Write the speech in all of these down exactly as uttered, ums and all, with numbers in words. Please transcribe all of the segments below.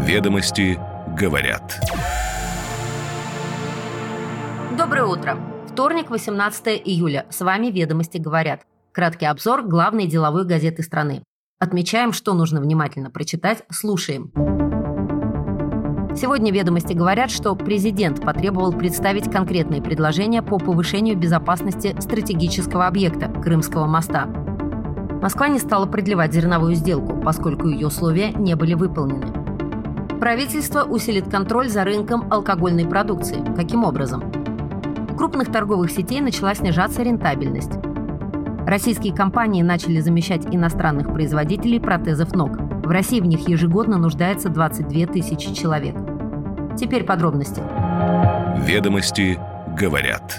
Ведомости говорят. Доброе утро. Вторник, восемнадцатое июля. С вами «Ведомости говорят». Краткий обзор главной деловой газеты страны. Отмечаем, что нужно внимательно прочитать, слушаем. Сегодня «Ведомости говорят», что президент потребовал представить конкретные предложения по повышению безопасности стратегического объекта – Крымского моста. Москва не стала продлевать зерновую сделку, поскольку ее условия не были выполнены. Правительство усилит контроль за рынком алкогольной продукции. Каким образом? У крупных торговых сетей начала снижаться рентабельность. Российские компании начали замещать иностранных производителей протезов ног. В России в них ежегодно нуждается двадцать две тысячи человек. Теперь подробности. Ведомости говорят.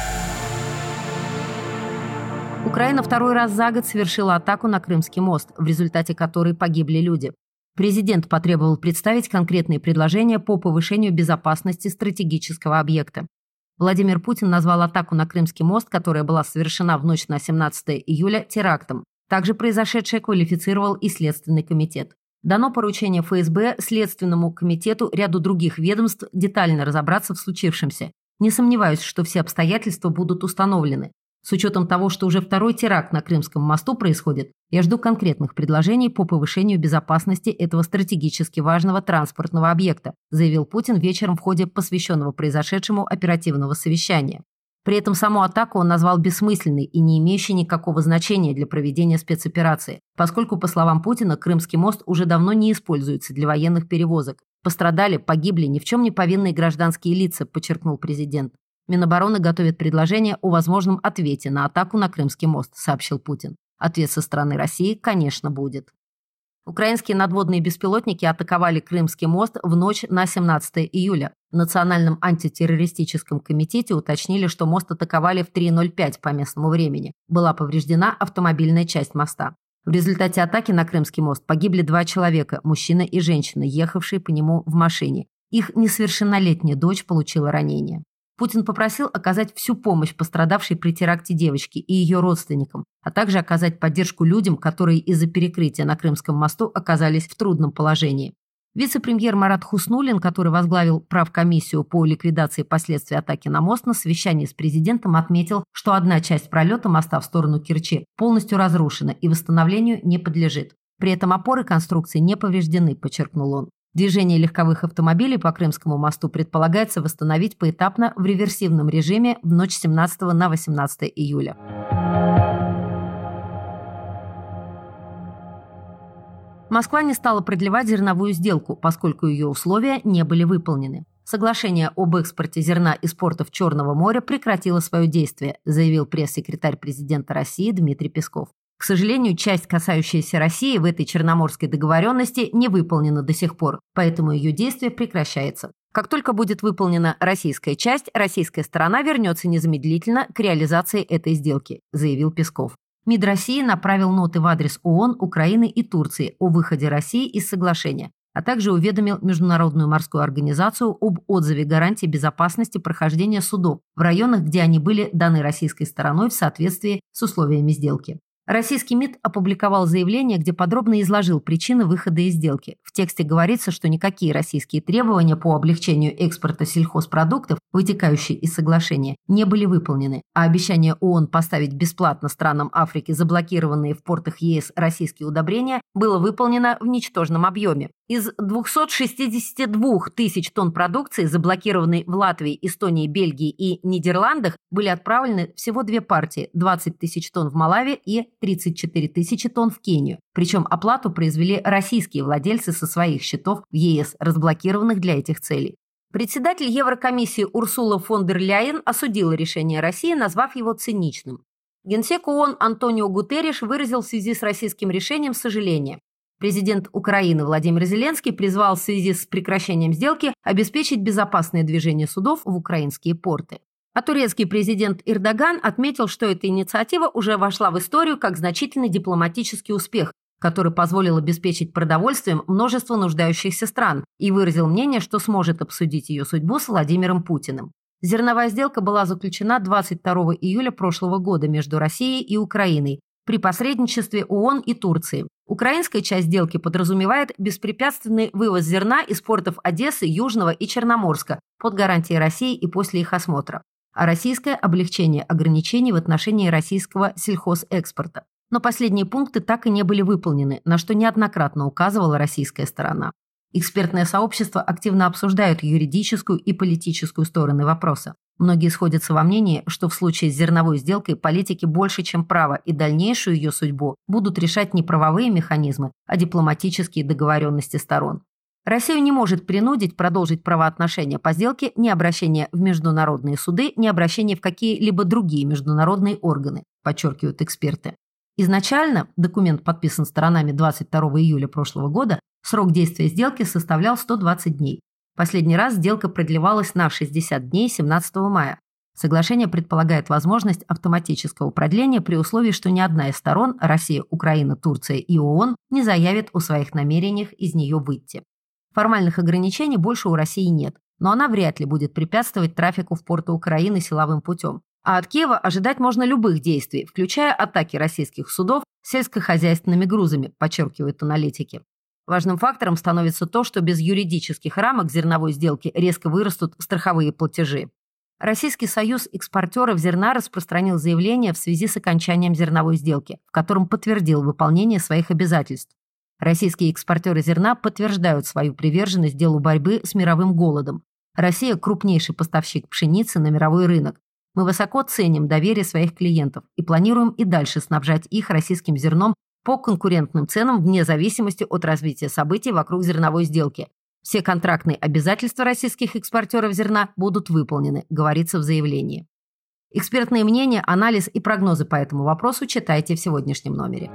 Украина второй раз за год совершила атаку на Крымский мост, в результате которой погибли люди. Президент потребовал представить конкретные предложения по повышению безопасности стратегического объекта. Владимир Путин назвал атаку на Крымский мост, которая была совершена в ночь на семнадцатое июля, терактом. Также произошедшее квалифицировал и Следственный комитет. Дано поручение эф эс бэ Следственному комитету ряду других ведомств детально разобраться в случившемся. Не сомневаюсь, что все обстоятельства будут установлены. С учетом того, что уже второй теракт на Крымском мосту происходит, я жду конкретных предложений по повышению безопасности этого стратегически важного транспортного объекта, заявил Путин вечером в ходе посвященного произошедшему оперативного совещания. При этом саму атаку он назвал бессмысленной и не имеющей никакого значения для проведения спецоперации, поскольку, по словам Путина, Крымский мост уже давно не используется для военных перевозок. Пострадали, погибли ни в чем не повинные гражданские лица, подчеркнул президент. Минобороны готовит предложение о возможном ответе на атаку на Крымский мост, сообщил Путин. Ответ со стороны России, конечно, будет. Украинские надводные беспилотники атаковали Крымский мост в ночь на семнадцатое июля. В Национальном антитеррористическом комитете уточнили, что мост атаковали в три ноль пять по местному времени. Была повреждена автомобильная часть моста. В результате атаки на Крымский мост погибли два человека, мужчина и женщина, ехавшие по нему в машине. Их несовершеннолетняя дочь получила ранение. Путин попросил оказать всю помощь пострадавшей при теракте девочке и ее родственникам, а также оказать поддержку людям, которые из-за перекрытия на Крымском мосту оказались в трудном положении. Вице-премьер Марат Хуснуллин, который возглавил правкомиссию по ликвидации последствий атаки на мост, на совещании с президентом отметил, что одна часть пролета моста в сторону Керчи полностью разрушена и восстановлению не подлежит. При этом опоры конструкции не повреждены, подчеркнул он. Движение легковых автомобилей по Крымскому мосту предполагается восстановить поэтапно в реверсивном режиме в ночь с семнадцатого на восемнадцатое июля. Москва не стала продлевать зерновую сделку, поскольку ее условия не были выполнены. Соглашение об экспорте зерна из портов Черного моря прекратило свое действие, заявил пресс-секретарь президента России Дмитрий Песков. К сожалению, часть, касающаяся России в этой черноморской договоренности, не выполнена до сих пор, поэтому ее действие прекращается. Как только будет выполнена российская часть, российская сторона вернется незамедлительно к реализации этой сделки, заявил Песков. МИД России направил ноты в адрес ООН, Украины и Турции о выходе России из соглашения, а также уведомил Международную морскую организацию об отзыве гарантий безопасности прохождения судов в районах, где они были даны российской стороной в соответствии с условиями сделки. Российский МИД опубликовал заявление, где подробно изложил причины выхода из сделки. В тексте говорится, что никакие российские требования по облегчению экспорта сельхозпродуктов, вытекающие из соглашения, не были выполнены, а обещание ООН поставить бесплатно странам Африки заблокированные в портах е эс российские удобрения было выполнено в ничтожном объеме. Из двухсот шестидесяти двух тысяч тонн продукции, заблокированной в Латвии, Эстонии, Бельгии и Нидерландах, были отправлены всего две партии – двадцать тысяч тонн в Малави и тридцать четыре тысячи тонн в Кению. Причем оплату произвели российские владельцы со своих счетов в е эс, разблокированных для этих целей. Председатель Еврокомиссии Урсула фон дер Ляйен осудила решение России, назвав его циничным. Генсек ООН Антонио Гутерриш выразил в связи с российским решением сожаление. Президент Украины Владимир Зеленский призвал в связи с прекращением сделки обеспечить безопасное движение судов в украинские порты. А турецкий президент Эрдоган отметил, что эта инициатива уже вошла в историю как значительный дипломатический успех, который позволил обеспечить продовольствием множество нуждающихся стран, и выразил мнение, что сможет обсудить ее судьбу с Владимиром Путиным. Зерновая сделка была заключена двадцать второго июля прошлого года между Россией и Украиной при посредничестве ООН и Турции. Украинская часть сделки подразумевает беспрепятственный вывоз зерна из портов Одессы, Южного и Черноморска под гарантией России и после их осмотра, а российское – облегчение ограничений в отношении российского сельхозэкспорта. Но последние пункты так и не были выполнены, на что неоднократно указывала российская сторона. Экспертное сообщество активно обсуждает юридическую и политическую стороны вопроса. Многие сходятся во мнении, что в случае с зерновой сделкой политики больше, чем право, и дальнейшую ее судьбу будут решать не правовые механизмы, а дипломатические договоренности сторон. Россию не может принудить продолжить правоотношения по сделке ни обращение в международные суды, ни обращение в какие-либо другие международные органы, подчеркивают эксперты. Изначально, документ подписан сторонами двадцать второго июля прошлого года, срок действия сделки составлял сто двадцать дней. Последний раз сделка продлевалась на шестьдесят дней семнадцатого мая. Соглашение предполагает возможность автоматического продления при условии, что ни одна из сторон – Россия, Украина, Турция и ООН – не заявит о своих намерениях из нее выйти. Формальных ограничений больше у России нет, но она вряд ли будет препятствовать трафику в порты Украины силовым путем. А от Киева ожидать можно любых действий, включая атаки российских судов сельскохозяйственными грузами, подчеркивают аналитики. Важным фактором становится то, что без юридических рамок зерновой сделки резко вырастут страховые платежи. Российский союз экспортеров зерна распространил заявление в связи с окончанием зерновой сделки, в котором подтвердил выполнение своих обязательств. Российские экспортеры зерна подтверждают свою приверженность делу борьбы с мировым голодом. Россия – крупнейший поставщик пшеницы на мировой рынок. Мы высоко ценим доверие своих клиентов и планируем и дальше снабжать их российским зерном по конкурентным ценам вне зависимости от развития событий вокруг зерновой сделки. Все контрактные обязательства российских экспортеров зерна будут выполнены, говорится в заявлении. Экспертные мнения, анализ и прогнозы по этому вопросу читайте в сегодняшнем номере.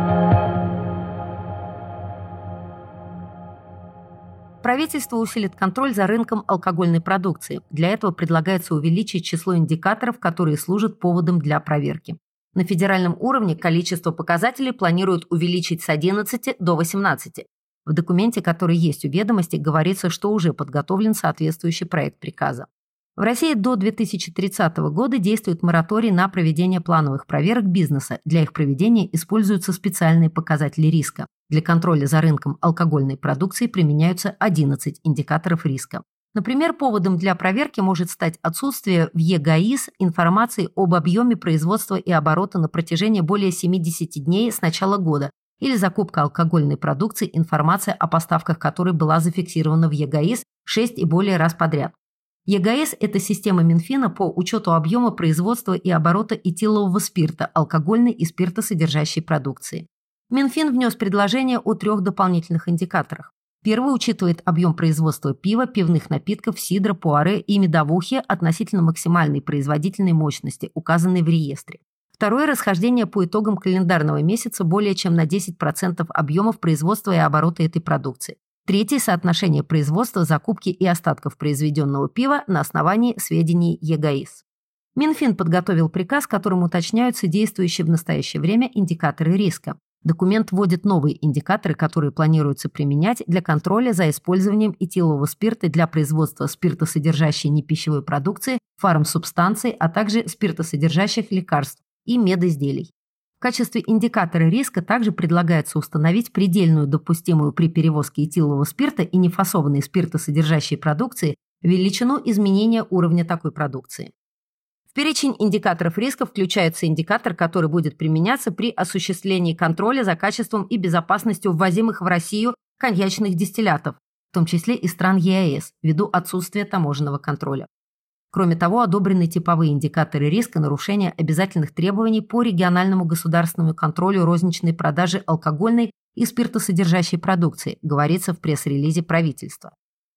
Правительство усилит контроль за рынком алкогольной продукции. Для этого предлагается увеличить число индикаторов, которые служат поводом для проверки. На федеральном уровне количество показателей планируют увеличить с одиннадцати до восемнадцати. В документе, который есть у ведомости, говорится, что уже подготовлен соответствующий проект приказа. В России до две тысячи тридцатого года действует мораторий на проведение плановых проверок бизнеса. Для их проведения используются специальные показатели риска. Для контроля за рынком алкогольной продукции применяются одиннадцать индикаторов риска. Например, поводом для проверки может стать отсутствие в ЕГАИС информации об объеме производства и оборота на протяжении более семидесяти дней с начала года или закупка алкогольной продукции, информация о поставках которой была зафиксирована в ЕГАИС шесть и более раз подряд. ЕГАИС – это система Минфина по учету объема производства и оборота этилового спирта, алкогольной и спиртосодержащей продукции. Минфин внес предложение о трех дополнительных индикаторах. Первый учитывает объем производства пива, пивных напитков, сидра, пуаре и медовухи относительно максимальной производительной мощности, указанной в реестре. Второе – расхождение по итогам календарного месяца более чем на десять процентов объемов производства и оборота этой продукции. Третье – соотношение производства, закупки и остатков произведенного пива на основании сведений ЕГАИС. Минфин подготовил приказ, которым уточняются действующие в настоящее время индикаторы риска. Документ вводит новые индикаторы, которые планируется применять для контроля за использованием этилового спирта для производства спиртосодержащей непищевой продукции, фармсубстанций, а также спиртосодержащих лекарств и медизделий. В качестве индикатора риска также предлагается установить предельную допустимую при перевозке этилового спирта и нефасованной спиртосодержащей продукции величину изменения уровня такой продукции. В перечень индикаторов риска включается индикатор, который будет применяться при осуществлении контроля за качеством и безопасностью ввозимых в Россию коньячных дистиллятов, в том числе из стран ЕАЭС, ввиду отсутствия таможенного контроля. Кроме того, одобрены типовые индикаторы риска нарушения обязательных требований по региональному государственному контролю розничной продажи алкогольной и спиртосодержащей продукции, говорится в пресс-релизе правительства.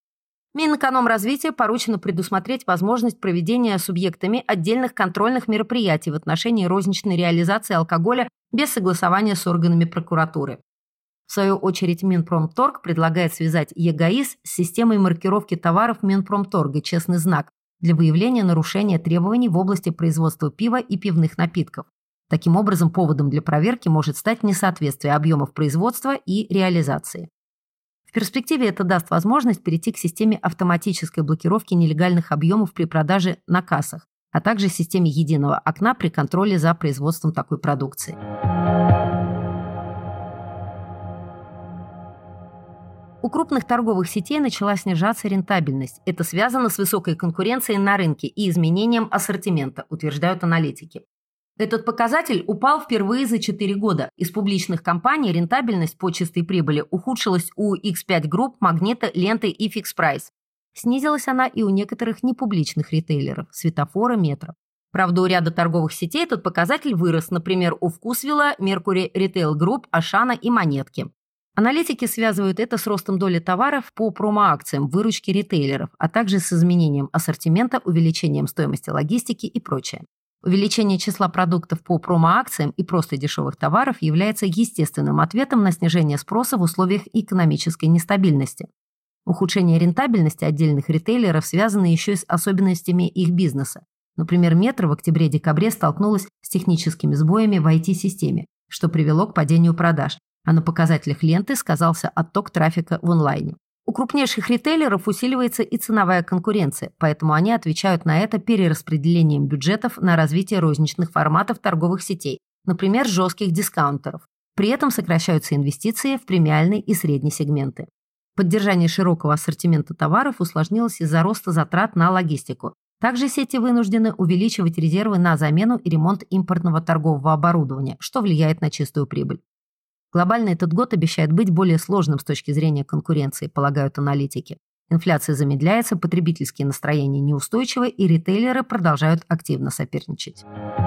Минэкономразвития поручено предусмотреть возможность проведения субъектами отдельных контрольных мероприятий в отношении розничной реализации алкоголя без согласования с органами прокуратуры. В свою очередь, Минпромторг предлагает связать ЕГАИС с системой маркировки товаров Минпромторга «Честный знак» для выявления нарушения требований в области производства пива и пивных напитков. Таким образом, поводом для проверки может стать несоответствие объемов производства и реализации. В перспективе это даст возможность перейти к системе автоматической блокировки нелегальных объемов при продаже на кассах, а также системе единого окна при контроле за производством такой продукции. У крупных торговых сетей начала снижаться рентабельность. Это связано с высокой конкуренцией на рынке и изменением ассортимента, утверждают аналитики. Этот показатель упал впервые за четыре года. Из публичных компаний рентабельность по чистой прибыли ухудшилась у икс пять Group, Магнита, Ленты и Fix Price. Снизилась она и у некоторых непубличных ритейлеров – Светофора, Метро. Правда, у ряда торговых сетей этот показатель вырос, например, у Вкусвилла, Mercury Retail Group, Ашана и Монетки. Аналитики связывают это с ростом доли товаров по промо-акциям, выручки ритейлеров, а также с изменением ассортимента, увеличением стоимости логистики и прочее. Увеличение числа продуктов по промо-акциям и просто дешевых товаров является естественным ответом на снижение спроса в условиях экономической нестабильности. Ухудшение рентабельности отдельных ритейлеров связано еще и с особенностями их бизнеса. Например, Метро в октябре-декабре столкнулась с техническими сбоями в ай ти-системе, что привело к падению продаж, а на показателях Ленты сказался отток трафика в онлайне. У крупнейших ритейлеров усиливается и ценовая конкуренция, поэтому они отвечают на это перераспределением бюджетов на развитие розничных форматов торговых сетей, например, жестких дискаунтеров. При этом сокращаются инвестиции в премиальный и средний сегменты. Поддержание широкого ассортимента товаров усложнилось из-за роста затрат на логистику. Также сети вынуждены увеличивать резервы на замену и ремонт импортного торгового оборудования, что влияет на чистую прибыль. Глобально этот год обещает быть более сложным с точки зрения конкуренции, полагают аналитики. Инфляция замедляется, потребительские настроения неустойчивы, и ритейлеры продолжают активно соперничать.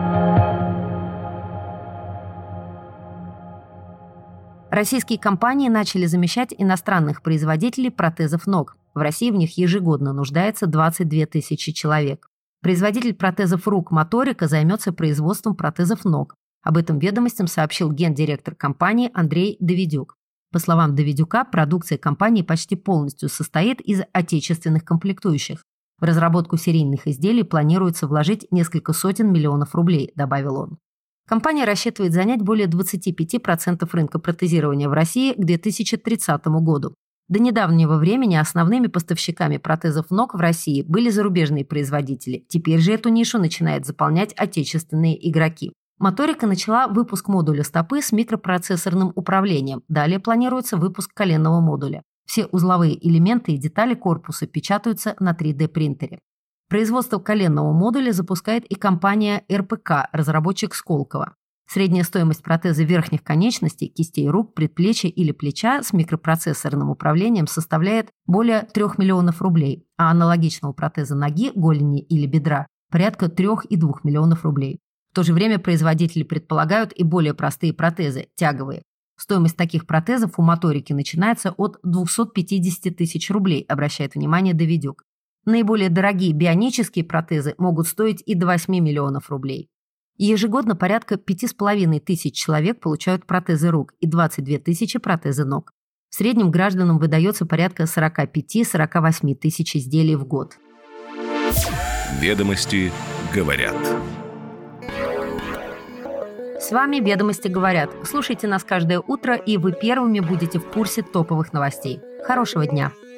Российские компании начали замещать иностранных производителей протезов ног. В России в них ежегодно нуждается двадцать две тысячи человек. Производитель протезов рук Моторика займется производством протезов ног. Об этом ведомостям сообщил гендиректор компании Андрей Давидюк. По словам Давидюка, продукция компании почти полностью состоит из отечественных комплектующих. В разработку серийных изделий планируется вложить несколько сотен миллионов рублей, добавил он. Компания рассчитывает занять более двадцать пять процентов рынка протезирования в России к две тысячи тридцатому году. До недавнего времени основными поставщиками протезов ног в России были зарубежные производители. Теперь же эту нишу начинают заполнять отечественные игроки. Моторика начала выпуск модуля стопы с микропроцессорным управлением. Далее планируется выпуск коленного модуля. Все узловые элементы и детали корпуса печатаются на три дэ принтере. Производство коленного модуля запускает и компания эр пэ ка, разработчик Сколково. Средняя стоимость протеза верхних конечностей, кистей рук, предплечья или плеча с микропроцессорным управлением составляет более трёх миллионов рублей, а аналогичного протеза ноги, голени или бедра порядка трёх и двух миллионов рублей. В то же время производители предполагают и более простые протезы, тяговые. Стоимость таких протезов у Моторики начинается от двухсот пятидесяти тысяч рублей, обращает внимание Давидюк. Наиболее дорогие бионические протезы могут стоить и до восьми миллионов рублей. Ежегодно порядка пяти с половиной тысяч человек получают протезы рук и двадцать две тысячи протезы ног. В среднем гражданам выдается порядка сорок пять - сорок восемь тысяч изделий в год. Ведомости говорят. С вами «Ведомости говорят». Слушайте нас каждое утро, и вы первыми будете в курсе топовых новостей. Хорошего дня!